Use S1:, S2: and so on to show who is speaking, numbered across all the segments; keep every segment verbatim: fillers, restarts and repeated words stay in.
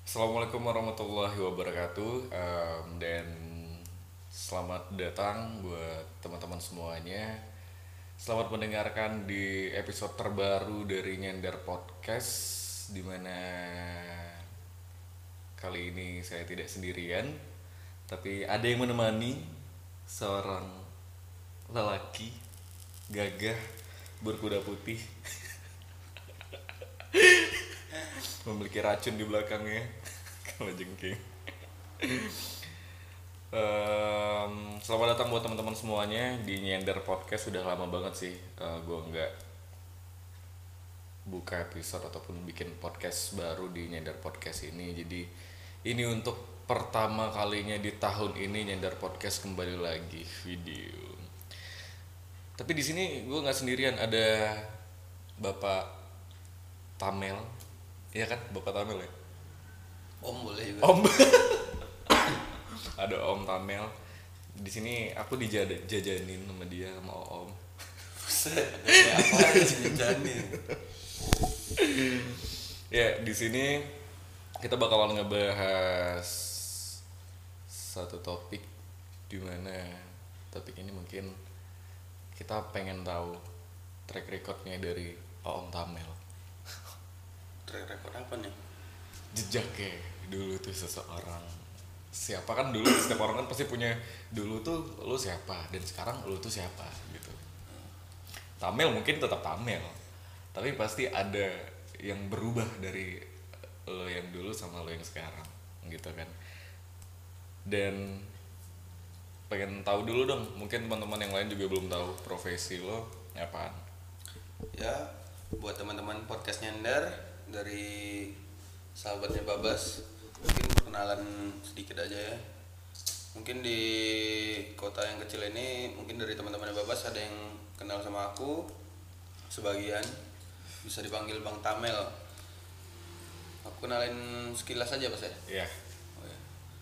S1: Assalamualaikum warahmatullahi wabarakatuh. Em, dan selamat datang buat teman-teman semuanya. Selamat mendengarkan di episode terbaru dari Nyender Podcast, dimana kali ini saya tidak sendirian, tapi ada yang menemani, seorang lelaki gagah berkuda putih memiliki racun di belakangnya kalau jengking. Em, selamat datang buat teman-teman semuanya di Nyender Podcast. Sudah lama banget sih eh, gue nggak buka episode ataupun bikin podcast baru di Nyender Podcast ini. Jadi ini untuk pertama kalinya di tahun ini Nyender Podcast kembali lagi video. Tapi di sini gue nggak sendirian, ada Bapak Tamel, iya kan, Bapak Tamel ya?
S2: Om boleh juga.
S1: Om, ada Om Tamel. Di sini aku dijajanin sama dia sama Om.
S2: Buset, kayak apa aja janin.
S1: Ya, di sini kita bakalan ngebahas satu topik, di mana topik ini mungkin kita pengen tahu track recordnya dari Om Tamel.
S2: Track record apa nih?
S1: Jejaknya dulu tuh seseorang siapa, kan dulu setiap orang kan pasti punya dulu tuh lu siapa dan sekarang lu tuh siapa gitu. Tamel mungkin tetap Tamel, tapi pasti ada yang berubah dari lo yang dulu sama lo yang sekarang gitu kan. Dan pengen tahu dulu dong, mungkin teman-teman yang lain juga belum tahu profesi lo apaan.
S2: Ya, buat teman-teman podcast nyender dari sahabatnya Babas, mungkin perkenalan sedikit aja ya. Mungkin di kota yang kecil ini, mungkin dari teman-teman Babas ada yang kenal sama aku, sebagian bisa dipanggil Bang Tamel. Aku kenalin sekilas aja Mas ya.
S1: Iya.
S2: Oh, ya.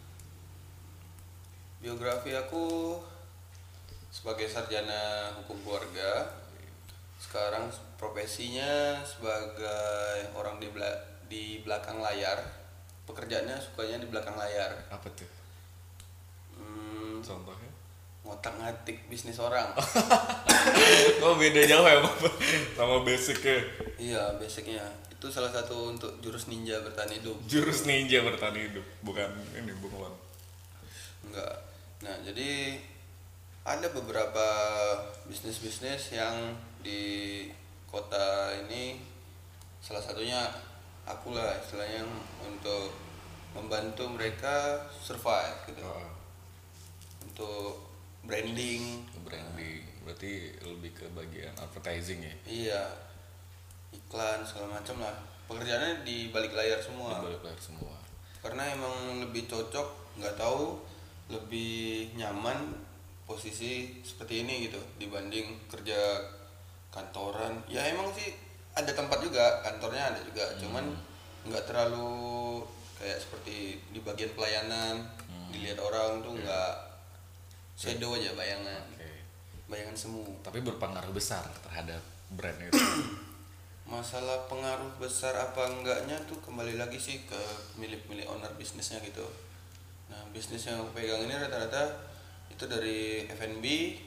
S2: Biografi aku sebagai sarjana hukum keluarga. Sekarang profesinya sebagai orang di bela- di belakang layar. Pekerjaannya sukanya di belakang layar.
S1: Apa tuh
S2: Hmm,
S1: contohnya?
S2: ngotak-ngatik bisnis orang.
S1: Oh, beda jauh ya sama, sama basicnya.
S2: Iya, basicnya itu salah satu untuk jurus ninja bertahan hidup.
S1: Jurus ninja bertahan hidup, bukan ini bukan.
S2: Enggak. Nah, jadi ada beberapa bisnis-bisnis yang di kota ini, salah satunya aku lah istilahnya, untuk membantu mereka survive gitu.
S1: Oh,
S2: Untuk branding,
S1: branding berarti lebih ke bagian advertising ya,
S2: iya, iklan segala macam lah. Pekerjaannya di balik layar
S1: di
S2: semua.
S1: balik layar semua.
S2: Karena emang lebih cocok, nggak tahu, lebih nyaman posisi seperti ini gitu dibanding kerja kantoran. Ya emang sih ada tempat juga, kantornya ada juga,
S1: Hmm.
S2: cuman nggak terlalu kayak seperti di bagian pelayanan.
S1: Hmm.
S2: Dilihat orang tuh
S1: Oke.
S2: nggak shadow aja, bayangan
S1: Oke.
S2: bayangan semu.
S1: Tapi berpengaruh besar terhadap brand itu.
S2: Masalah pengaruh besar apa enggaknya tuh kembali lagi sih ke milik-milik owner bisnisnya gitu. Nah, bisnis yang aku pegang ini rata-rata itu dari F and B,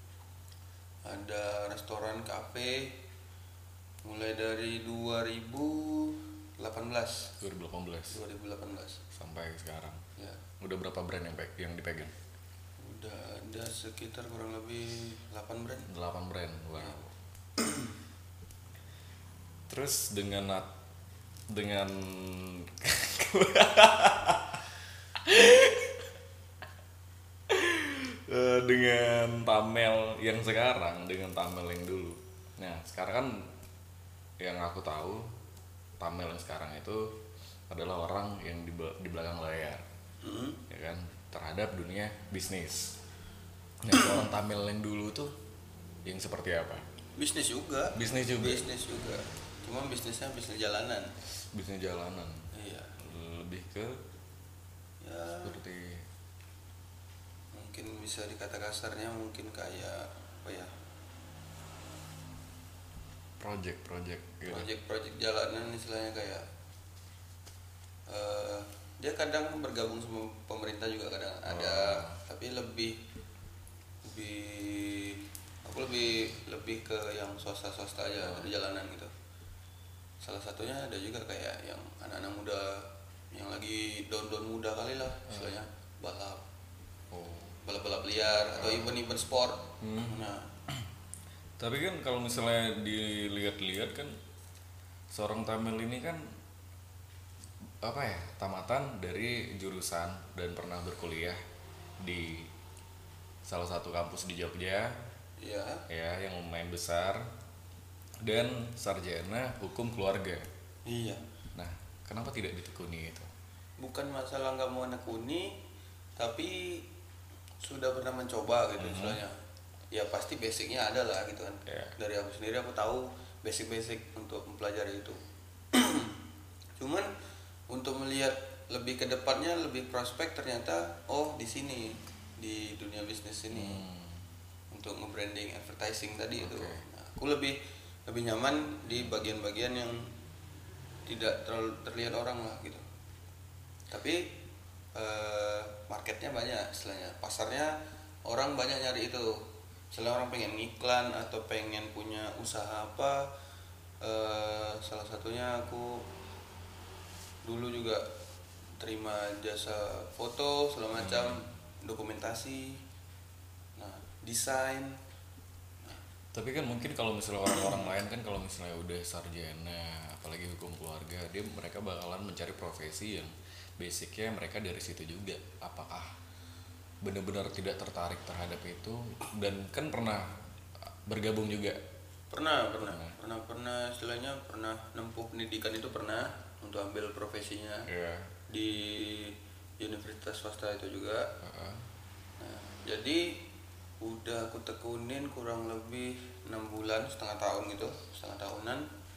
S2: ada restoran, kafe, mulai dari dua ribu delapan belas
S1: dua ribu delapan belas
S2: dua ribu delapan belas
S1: sampai sekarang.
S2: ya.
S1: Udah berapa brand yang pe- yang dipegang?
S2: Udah ada sekitar kurang lebih delapan brand.
S1: delapan brand. Wow. Terus dengan nat- dengan Eh, dengan Tamel yang sekarang dengan Tamel yang dulu. Nah, sekarang kan yang aku tahu Tamel yang sekarang itu adalah orang yang di, bel- di belakang layar,
S2: Hmm.
S1: ya kan, terhadap dunia bisnis. Nah, seorang Tamel yang dulu tuh yang seperti apa?
S2: Bisnis juga.
S1: Bisnis juga.
S2: Bisnis juga. Cuma bisnisnya bisnis jalanan.
S1: Bisnis jalanan.
S2: Iya.
S1: Lebih ke
S2: Ya,
S1: seperti
S2: mungkin bisa dikata kasarnya mungkin kayak apa ya,
S1: project-project gitu.
S2: project-project jalanan istilahnya, kayak eh, dia kadang bergabung sama pemerintah juga kadang ada, tapi lebih lebih aku lebih lebih ke yang swasta-swasta aja dari jalanan gitu. Salah satunya ada juga kayak yang anak-anak muda yang lagi down-down muda kali lah istilahnya, balap
S1: Oh.
S2: balap-balap liar atau event-event sport. Nah,
S1: Tapi kan kalau misalnya dilihat-lihat kan seorang Tamil ini kan apa ya, tamatan dari jurusan dan pernah berkuliah di salah satu kampus di Jogja
S2: ya
S1: ya yang lumayan besar, dan sarjana hukum keluarga.
S2: iya,
S1: Nah, kenapa tidak ditekuni itu?
S2: bukan masalah nggak mau nekuni, tapi sudah pernah mencoba gitu istilahnya. Ya pasti basicnya ada lah gitu kan.
S1: Ya.
S2: Dari aku sendiri aku tahu basic-basic untuk mempelajari itu. Cuman untuk melihat lebih ke depannya, lebih prospek, ternyata oh di sini di dunia bisnis ini untuk nge-branding, advertising tadi itu.
S1: Oke.
S2: Nah, aku lebih lebih nyaman di bagian-bagian yang tidak terlalu terlihat orang lah gitu. Tapi eh, marketnya banyak istilahnya, pasarnya orang banyak nyari itu. Misalnya orang pengen iklan atau pengen punya usaha apa, eh, salah satunya aku dulu juga terima jasa foto segala macam, dokumentasi, nah desain.
S1: Tapi kan mungkin kalau misalnya orang-orang lain kan kalau misalnya udah sarjana apalagi hukum keluarga, dia mereka bakalan mencari profesi yang basicnya mereka dari situ juga. Apakah benar-benar tidak tertarik terhadap itu? Dan kan pernah bergabung juga.
S2: Pernah, pernah, pernah, pernah istilahnya pernah nempuh pendidikan itu pernah untuk ambil profesinya
S1: Ya.
S2: di universitas swasta itu juga.
S1: Heeh.
S2: Nah, jadi udah aku tekunin kurang lebih enam bulan, setengah tahun gitu, setengah tahunan.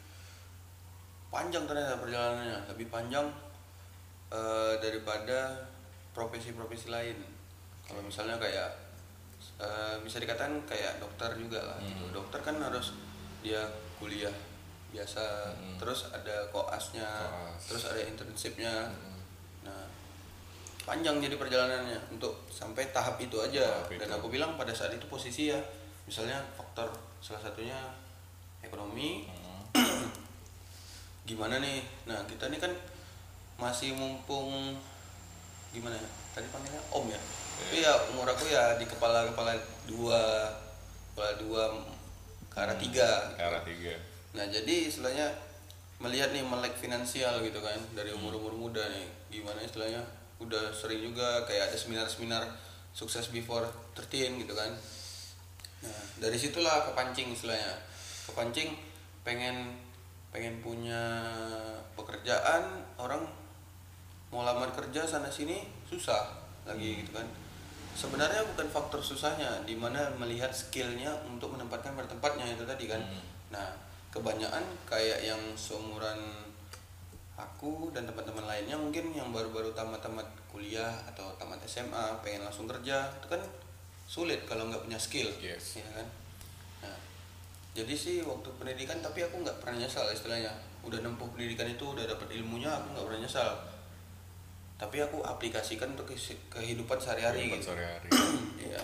S2: Panjang ternyata perjalanannya, lebih panjang eh, daripada profesi-profesi lain. Kalau misalnya kayak eh, bisa dikatakan kayak dokter juga lah gitu. Dokter kan harus dia kuliah biasa, terus ada koasnya,
S1: Koas.
S2: terus ada internshipnya. Nah, panjang jadi perjalanannya untuk sampai tahap itu aja.
S1: Tahap
S2: Dan
S1: itu.
S2: aku bilang pada saat itu posisi ya, misalnya faktor salah satunya ekonomi. Gimana nih? Nah, kita ini kan masih mumpung gimana ya? Tadi panggilnya Om ya. Tapi ya umur aku ya di kepala kepala dua, kepala dua ke arah tiga.
S1: Ke arah tiga.
S2: Nah, jadi istilahnya melihat nih melek finansial gitu kan dari umur-umur muda nih. Gimana istilahnya? Udah sering juga kayak ada seminar-seminar sukses before thirteen gitu kan. Nah, dari situlah kepancing istilahnya. Kepancing pengen pengen punya pekerjaan, orang mau lamar kerja sana sini susah lagi gitu kan. Sebenarnya bukan faktor susahnya, dimana melihat skillnya untuk menempatkan pada tempatnya itu tadi kan. Nah, kebanyakan kayak yang seumuran aku dan teman-teman lainnya mungkin yang baru-baru tamat-tamat kuliah atau tamat S M A pengen langsung kerja, itu kan sulit kalau nggak punya skill.
S1: Yes.
S2: Ya kan. Nah, jadi sih waktu pendidikan, tapi aku nggak pernah nyesal istilahnya. Udah nempuh pendidikan itu, udah dapat ilmunya, aku nggak pernah nyesal. Tapi aku aplikasikan untuk kehidupan sehari-hari
S1: Kehidupan
S2: gitu.
S1: sehari-hari.
S2: Iya.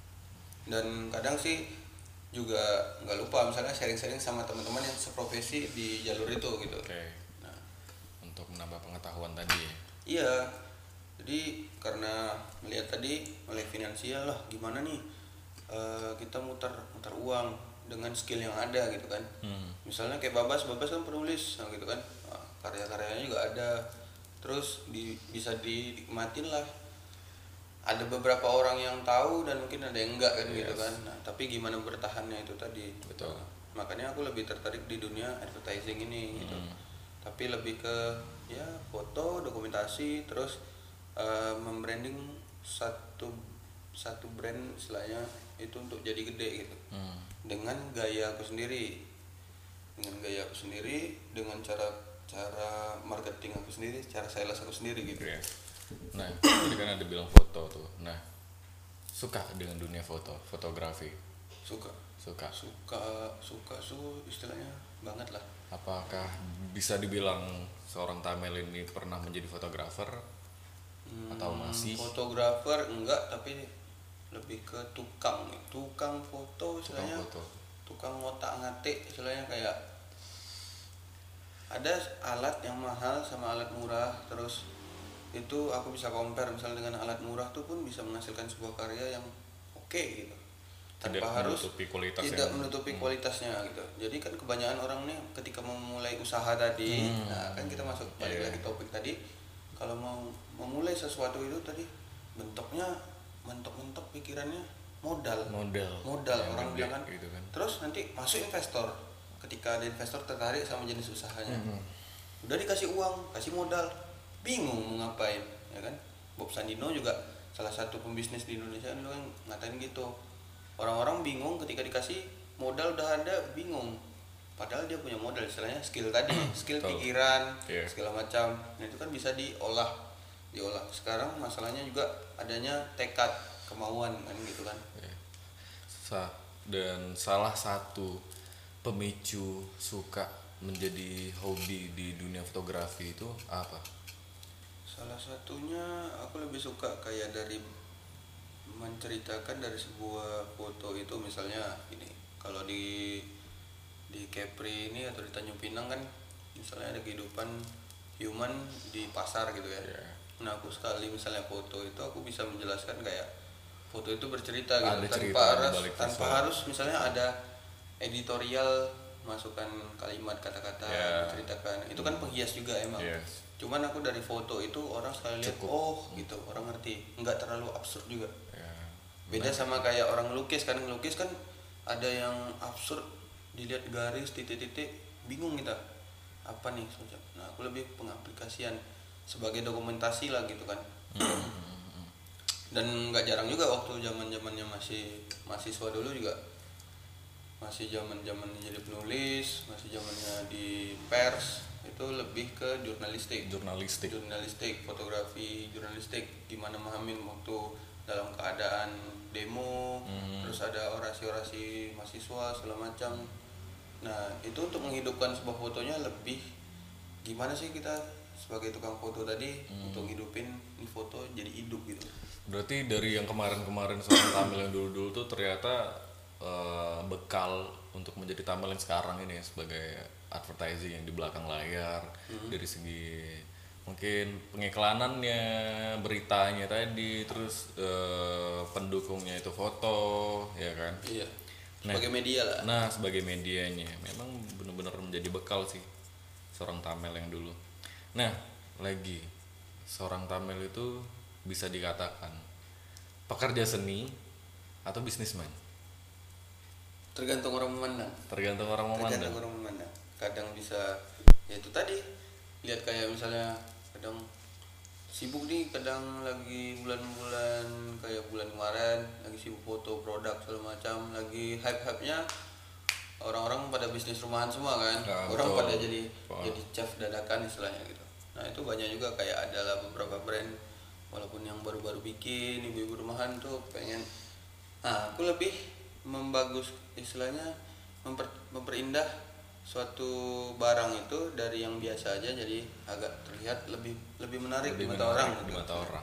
S2: Dan kadang sih juga nggak lupa misalnya sharing-sharing sama teman-teman yang seprofesi di jalur itu gitu.
S1: Oke.
S2: Nah,
S1: Untuk menambah pengetahuan tadi ya.
S2: iya. Jadi karena melihat tadi oleh finansial lah, gimana nih eh, kita mutar mutar uang dengan skill yang ada gitu kan.
S1: Hmm.
S2: Misalnya kayak Babas, Babas kan penulis nah, gitu kan. Nah, karya-karyanya juga ada. Terus di, bisa dinikmatin lah. Ada beberapa orang yang tahu dan mungkin ada yang enggak kan gitu
S1: Yes.
S2: kan. Nah, tapi gimana bertahannya itu tadi.
S1: Betul.
S2: Nah, makanya aku lebih tertarik di dunia advertising ini gitu.
S1: Hmm.
S2: Tapi lebih ke ya foto, dokumentasi, terus eh, membranding satu satu brand istilahnya itu untuk jadi gede gitu.
S1: Hmm.
S2: Dengan gaya aku sendiri. Dengan gaya aku sendiri, dengan cara cara marketing aku sendiri, cara sales aku sendiri gitu.
S1: Ya. Nah, tadi kan ada bilang foto tuh. Nah, suka dengan dunia foto, fotografi.
S2: Suka.
S1: Suka.
S2: Suka suka su istilahnya banget lah.
S1: Apakah bisa dibilang seorang Tamel ini pernah menjadi fotografer
S2: Hmm,
S1: atau masih?
S2: fotografer enggak, tapi lebih ke tukang tukang foto
S1: Tukang
S2: istilahnya.
S1: foto.
S2: Tukang ngotak ngatik istilahnya, kayak ada alat yang mahal sama alat murah, terus itu aku bisa compare misalnya dengan alat murah tuh pun bisa menghasilkan sebuah karya yang oke gitu, tanpa
S1: Tidak
S2: harus
S1: menutupi kualitas
S2: tidak
S1: yang-
S2: menutupi
S1: hmm.
S2: kualitasnya gitu. Jadi kan kebanyakan orang nih ketika memulai usaha tadi,
S1: Hmm.
S2: nah kan kita masuk balik
S1: Iya.
S2: lagi topik tadi, kalau mau memulai sesuatu itu tadi bentuknya mentok-mentok pikirannya modal
S1: modal
S2: modal
S1: yang
S2: orang
S1: gede
S2: bilang kan.
S1: gitu kan.
S2: Terus nanti masuk investor, ketika ada investor tertarik sama jenis usahanya,
S1: Mhm.
S2: udah dikasih uang, kasih modal, bingung mau ngapain, ya kan. Bob Sandino juga salah satu pembisnis di Indonesia kan, kan ngatain gitu, orang-orang bingung ketika dikasih modal udah ada, bingung padahal dia punya modal istilahnya skill tadi, skill
S1: Betul.
S2: pikiran,
S1: Iya.
S2: segala macam. Nah itu kan bisa diolah diolah sekarang masalahnya juga adanya tekad, kemauan kan gitu kan.
S1: Ya. Sa- dan salah satu pemicu suka menjadi hobi di dunia fotografi itu apa?
S2: Salah satunya aku lebih suka kayak dari menceritakan dari sebuah foto itu, misalnya ini kalau di di Kepri ini atau di Tanjung Pinang kan misalnya ada kehidupan human di pasar gitu ya.
S1: Ya.
S2: Nah aku sekali misalnya foto itu aku bisa menjelaskan kayak foto itu bercerita gitu,
S1: Ada
S2: tanpa
S1: cerita di
S2: harus
S1: balik
S2: tanpa
S1: visual.
S2: harus misalnya ada editorial masukkan kalimat kata-kata
S1: Ya.
S2: menceritakan, itu kan penghias juga emang.
S1: Yes.
S2: Cuman aku dari foto itu orang sekali lihat,
S1: Cukup.
S2: oh gitu, orang ngerti, nggak terlalu absurd juga.
S1: Ya.
S2: Beda sama kayak orang ngelukis kan, ngelukis kan ada yang absurd, dilihat garis titik-titik bingung kita apa nih sosok. Nah aku lebih pengaplikasian sebagai dokumentasi lah gitu kan. Dan nggak jarang juga waktu zaman zamannya masih mahasiswa dulu juga, masih zaman zaman jadi penulis, masih zamannya di pers, itu lebih ke jurnalistik
S1: Jurnalistik.
S2: jurnalistik fotografi jurnalistik, gimana memahamin waktu dalam keadaan demo,
S1: Hmm.
S2: terus ada orasi-orasi mahasiswa segala macam. Nah itu untuk menghidupkan sebuah fotonya lebih gimana sih kita sebagai tukang foto tadi untuk ngidupin ini foto jadi hidup gitu.
S1: Berarti dari yang kemarin-kemarin seorang Tamil yang dulu-dulu tuh ternyata eh, bekal untuk menjadi Tamil yang sekarang ini ya, sebagai advertising yang di belakang layar, dari segi mungkin pengiklanannya, beritanya tadi, terus eh, pendukungnya itu foto, ya kan?
S2: Iya,
S1: Nah.
S2: sebagai media lah.
S1: Nah, sebagai medianya memang benar-benar menjadi bekal sih seorang Tamil yang dulu. Nah, lagi seorang Tamil itu bisa dikatakan pekerja seni atau bisnismen,
S2: Tergantung orang memandang.
S1: tergantung orang memandang.
S2: Tergantung orang memandang. Kadang bisa, ya itu tadi, lihat kayak misalnya kadang sibuk nih, kadang lagi bulan-bulan kayak bulan kemarin lagi sibuk foto produk segala macam, lagi hype-hype-nya orang-orang pada bisnis rumahan semua kan.
S1: Ya,
S2: Orang
S1: betul.
S2: pada jadi
S1: Wah.
S2: jadi chef dadakan istilahnya gitu. Nah itu banyak juga kayak adalah beberapa brand walaupun yang baru-baru bikin, ibu-ibu rumahan tuh pengen, nah aku lebih membagus istilahnya memper, memperindah suatu barang itu dari yang biasa aja jadi agak terlihat lebih lebih menarik
S1: Lebih
S2: di mata
S1: menarik
S2: orang
S1: di
S2: gitu.
S1: mata orang.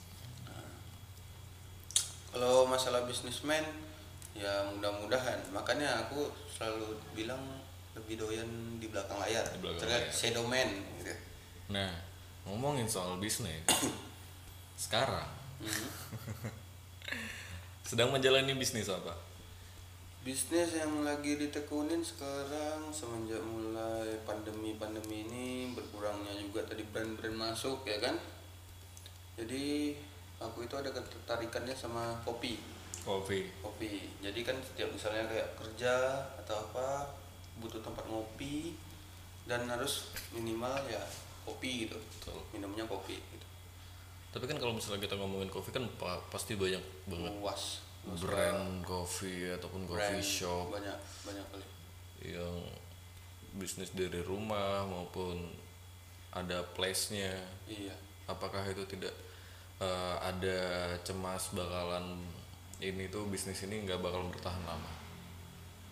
S2: Kalau masalah bisnismen ya mudah-mudahan, makanya aku selalu bilang lebih doyan di belakang layar,
S1: Di belakang
S2: terlihat
S1: layar.
S2: shadow man gitu.
S1: Nah, ngomongin soal bisnis, sekarang
S2: Mhm.
S1: sedang menjalani bisnis apa?
S2: Bisnis yang lagi ditekunin sekarang semenjak mulai pandemi-pandemi ini, berkurangnya juga tadi brand-brand masuk ya kan. Jadi aku itu ada ketertarikannya sama kopi.
S1: Kopi.
S2: Kopi. Jadi kan setiap misalnya kayak kerja atau apa butuh tempat ngopi dan harus minimal ya kopi gitu.
S1: Betul.
S2: Minumnya kopi gitu.
S1: Tapi kan kalau misalnya kita ngomongin kopi kan pa- pasti banyak banget
S2: Luas. Luas
S1: brand kopi ataupun coffee
S2: brand,
S1: shop
S2: banyak banyak kali.
S1: yang bisnis dari rumah maupun ada place-nya.
S2: Iya.
S1: Apakah itu tidak eh, ada cemas bakalan ini tuh bisnis ini nggak bakal bertahan lama?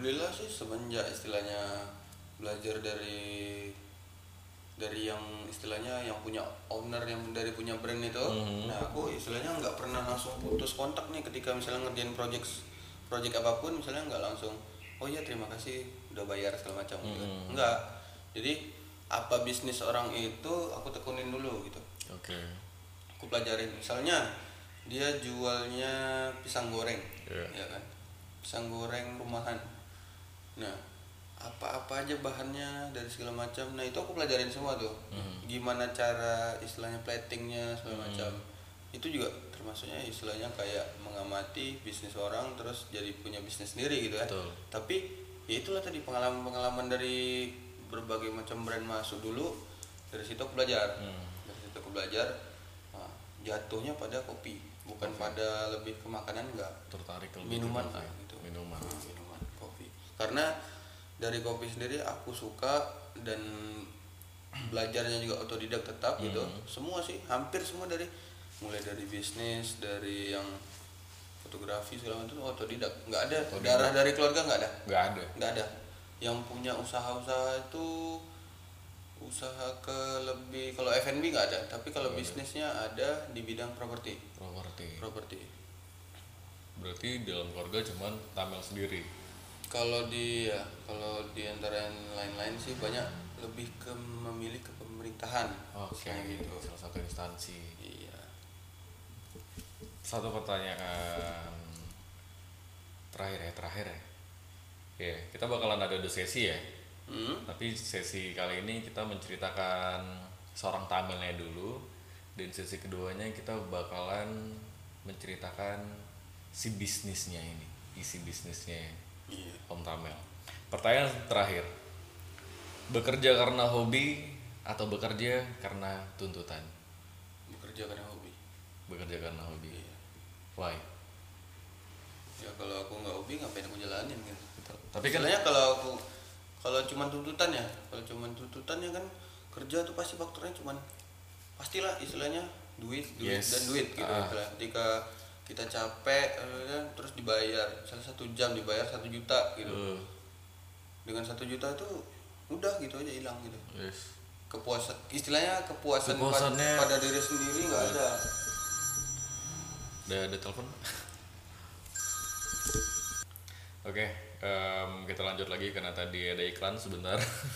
S2: Alhamdulillah sih semenjak istilahnya belajar dari dari yang istilahnya yang punya owner yang dari punya brand itu,
S1: Hmm.
S2: nah aku istilahnya nggak pernah langsung putus kontak nih ketika misalnya ngerjain project project apapun, misalnya nggak langsung oh iya terima kasih udah bayar segala macam gitu.
S1: Hmm.
S2: Nggak, jadi apa bisnis orang itu aku tekunin dulu gitu,
S1: Oke.
S2: aku pelajarin. Misalnya dia jualnya pisang goreng,
S1: Iya.
S2: ya kan, pisang goreng rumahan. Nah, apa-apa aja bahannya dari segala macam. Nah, itu aku pelajarin semua tuh.
S1: Hmm.
S2: Gimana cara istilahnya platingnya segala macam. Itu juga termasuknya istilahnya kayak mengamati bisnis orang terus jadi punya bisnis sendiri gitu kan.
S1: Betul.
S2: Tapi ya itulah tadi pengalaman-pengalaman dari berbagai macam brand masuk dulu. Dari situ aku belajar.
S1: Hmm.
S2: Dari situ aku belajar. Nah, jatuhnya pada kopi, bukan pada lebih ke makanan enggak.
S1: Tertarik lebih ke
S2: Minuman
S1: kopi.
S2: lah gitu.
S1: Minuman.
S2: Nah, minuman kopi. Karena dari kopi sendiri aku suka dan belajarnya juga otodidak tetap gitu.
S1: Hmm.
S2: Semua sih, hampir semua dari mulai dari bisnis, dari yang fotografi segala macam otodidak. Nggak ada
S1: Otodidak.
S2: darah dari keluarga, nggak ada.
S1: Nggak ada.
S2: Nggak ada. Yang punya usaha-usaha itu usaha ke lebih kalau F and B nggak ada, tapi kalau
S1: Nggak ada.
S2: bisnisnya ada di bidang properti.
S1: Properti.
S2: Properti.
S1: Berarti dalam keluarga cuman Tamel sendiri.
S2: Kalau di ya, kalau di antara yang lain-lain sih banyak lebih ke memilih ke pemerintahan.
S1: Oke,
S2: Misalnya gitu.
S1: salah satu instansi.
S2: Iya.
S1: Satu pertanyaan terakhir ya, terakhir ya. Ya, kita bakalan ada dua sesi ya.
S2: Hmm?
S1: Tapi sesi kali ini kita menceritakan seorang Tamelnya dulu, dan sesi keduanya kita bakalan menceritakan si bisnisnya ini, isi bisnisnya
S2: Iya.
S1: Om Tamel. Pertanyaan terakhir, bekerja karena hobi atau bekerja karena tuntutan?
S2: Bekerja karena hobi.
S1: Bekerja karena hobi.
S2: Iya.
S1: Why?
S2: Ya kalau aku nggak hobi ngapain aku jalanin gitu.
S1: Tapi kan
S2: Istilahnya kalau aku kalau cuma tuntutan ya, kalau cuma tuntutan ya kan kerja tuh pasti faktornya cuman pastilah istilahnya duit, duit
S1: Yes.
S2: dan duit gitu.
S1: Ah.
S2: Istilah. Ketika kita capek eh, kan, terus dibayar, misalnya satu jam dibayar satu juta gitu.
S1: uh,
S2: Dengan satu juta itu udah gitu aja hilang gitu.
S1: yes.
S2: Kepuasan, istilahnya kepuasan
S1: Kepuasannya-
S2: pada, pada diri sendiri nggak ada.
S1: Udah ada telepon? Oke, em, kita lanjut lagi karena tadi ada iklan sebentar.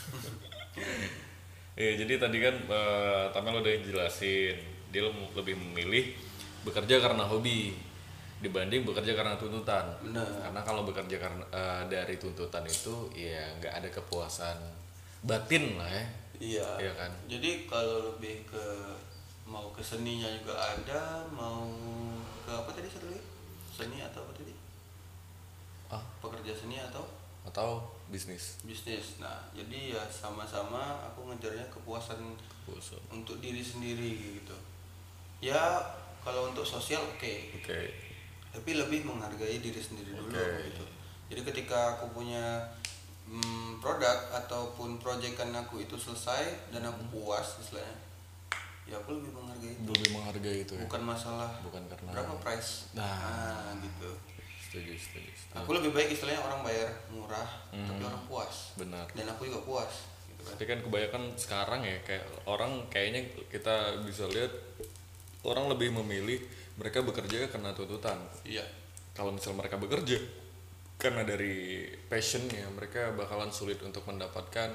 S1: Iya, jadi tadi kan eh, Tamel udah jelasin dia lem- lebih memilih bekerja karena hobi dibanding bekerja karena tuntutan.
S2: Benar.
S1: Karena kalau bekerja karena eh, dari tuntutan itu ya nggak ada kepuasan batin lah ya.
S2: Iya.
S1: Iya kan?
S2: Jadi kalau lebih ke mau ke seninya juga ada, mau ke apa tadi satu lagi? Seni atau apa tadi?
S1: Ah,
S2: Pekerja seni atau
S1: atau bisnis.
S2: bisnis. Nah, jadi ya sama-sama aku ngejarnya kepuasan
S1: Bosan.
S2: untuk diri sendiri gitu. Ya kalau untuk sosial oke,
S1: Oke.
S2: tapi lebih menghargai diri sendiri dulu
S1: Oke.
S2: gitu. Jadi ketika aku punya mm, produk ataupun proyekan aku itu selesai dan aku puas istilahnya, ya aku lebih menghargai itu.
S1: Lebih menghargai itu ya.
S2: Bukan masalah
S1: Bukan karena
S2: berapa price.
S1: Nah.
S2: gitu.
S1: Setuju, setuju, setuju.
S2: Aku lebih baik istilahnya orang bayar murah
S1: Hmm.
S2: tapi orang puas.
S1: Benar.
S2: Dan aku juga puas gitu kan.
S1: Tapi kan kebanyakan sekarang ya kayak orang kayaknya kita bisa lihat orang lebih memilih mereka bekerja karena tuntutan.
S2: Iya.
S1: Kalau misal mereka bekerja karena dari passionnya, mereka bakalan sulit untuk mendapatkan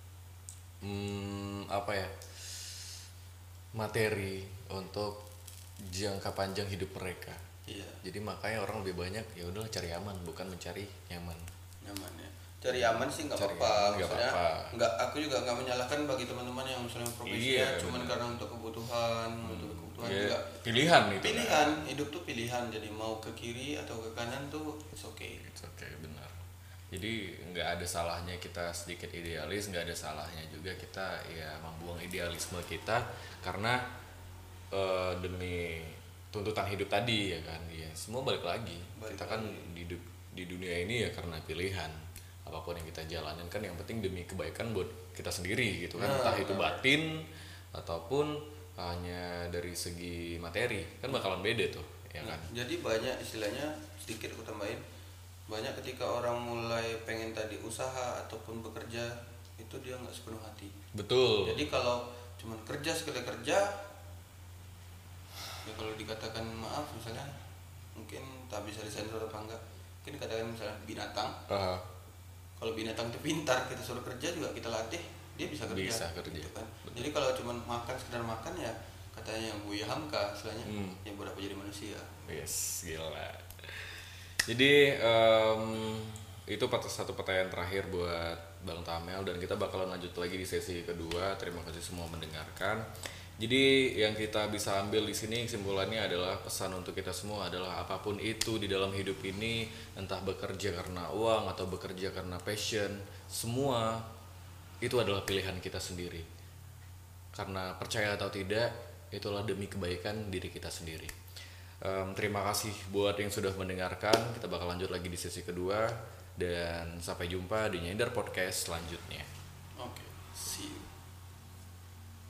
S1: hmm, apa ya materi untuk jangka panjang hidup mereka.
S2: Iya,
S1: Jadi makanya orang lebih banyak ya udah cari aman bukan mencari nyaman.
S2: nyaman ya. Cari aman sih nggak
S1: Cari
S2: apa-apa.
S1: aman nggak
S2: Maksudnya,
S1: apa-apa.
S2: nggak, aku juga nggak menyalahkan bagi teman-teman yang misalnya profesinya
S1: Iya,
S2: cuman
S1: benar.
S2: karena untuk kebutuhan, untuk kebutuhan
S1: Ya,
S2: juga.
S1: pilihan itu. kan.
S2: Pilihan, hidup tuh pilihan. Jadi mau ke kiri atau ke kanan tuh it's okay.
S1: It's okay, benar. Jadi nggak ada salahnya kita sedikit idealis, nggak ada salahnya juga kita ya membuang idealisme kita karena eh, demi tuntutan hidup tadi ya kan. Ya semua balik lagi.
S2: Balik
S1: kita kan
S2: lagi.
S1: di du- di dunia ini ya karena pilihan. Apapun yang kita jalanin kan yang penting demi kebaikan buat kita sendiri gitu kan.
S2: Nah,
S1: Entah itu
S2: benar.
S1: batin ataupun hanya dari segi materi kan bakalan beda tuh ya kan.
S2: Jadi banyak istilahnya sedikit aku tambahin banyak ketika orang mulai pengen tadi usaha ataupun bekerja itu dia nggak sepenuh hati.
S1: Betul.
S2: Jadi kalau cuman kerja sekali kerja, ya kalau dikatakan maaf misalnya mungkin tak bisa disensor apa enggak, mungkin dikatakan misalnya binatang.
S1: Uh,
S2: Kalau binatang itu pintar, kita suruh kerja juga kita latih, dia bisa kerja.
S1: Bisa kerja.
S2: Gitu kan. Jadi kalau cuman makan sekedar makan ya katanya yang Buya Hamka, istilahnya
S1: Hmm.
S2: ya buat apa jadi manusia.
S1: yes, gila. Jadi em, itu pat- satu pertanyaan terakhir buat Bang Tamel dan kita bakalan lanjut lagi di sesi kedua. Terima kasih semua mendengarkan. Jadi yang kita bisa ambil di sini kesimpulannya adalah pesan untuk kita semua adalah apapun itu di dalam hidup ini, entah bekerja karena uang atau bekerja karena passion, semua itu adalah pilihan kita sendiri. Karena percaya atau tidak, itulah demi kebaikan diri kita sendiri. Em, terima kasih buat yang sudah mendengarkan. Kita bakal lanjut lagi di sesi kedua dan sampai jumpa di Nyender Podcast selanjutnya.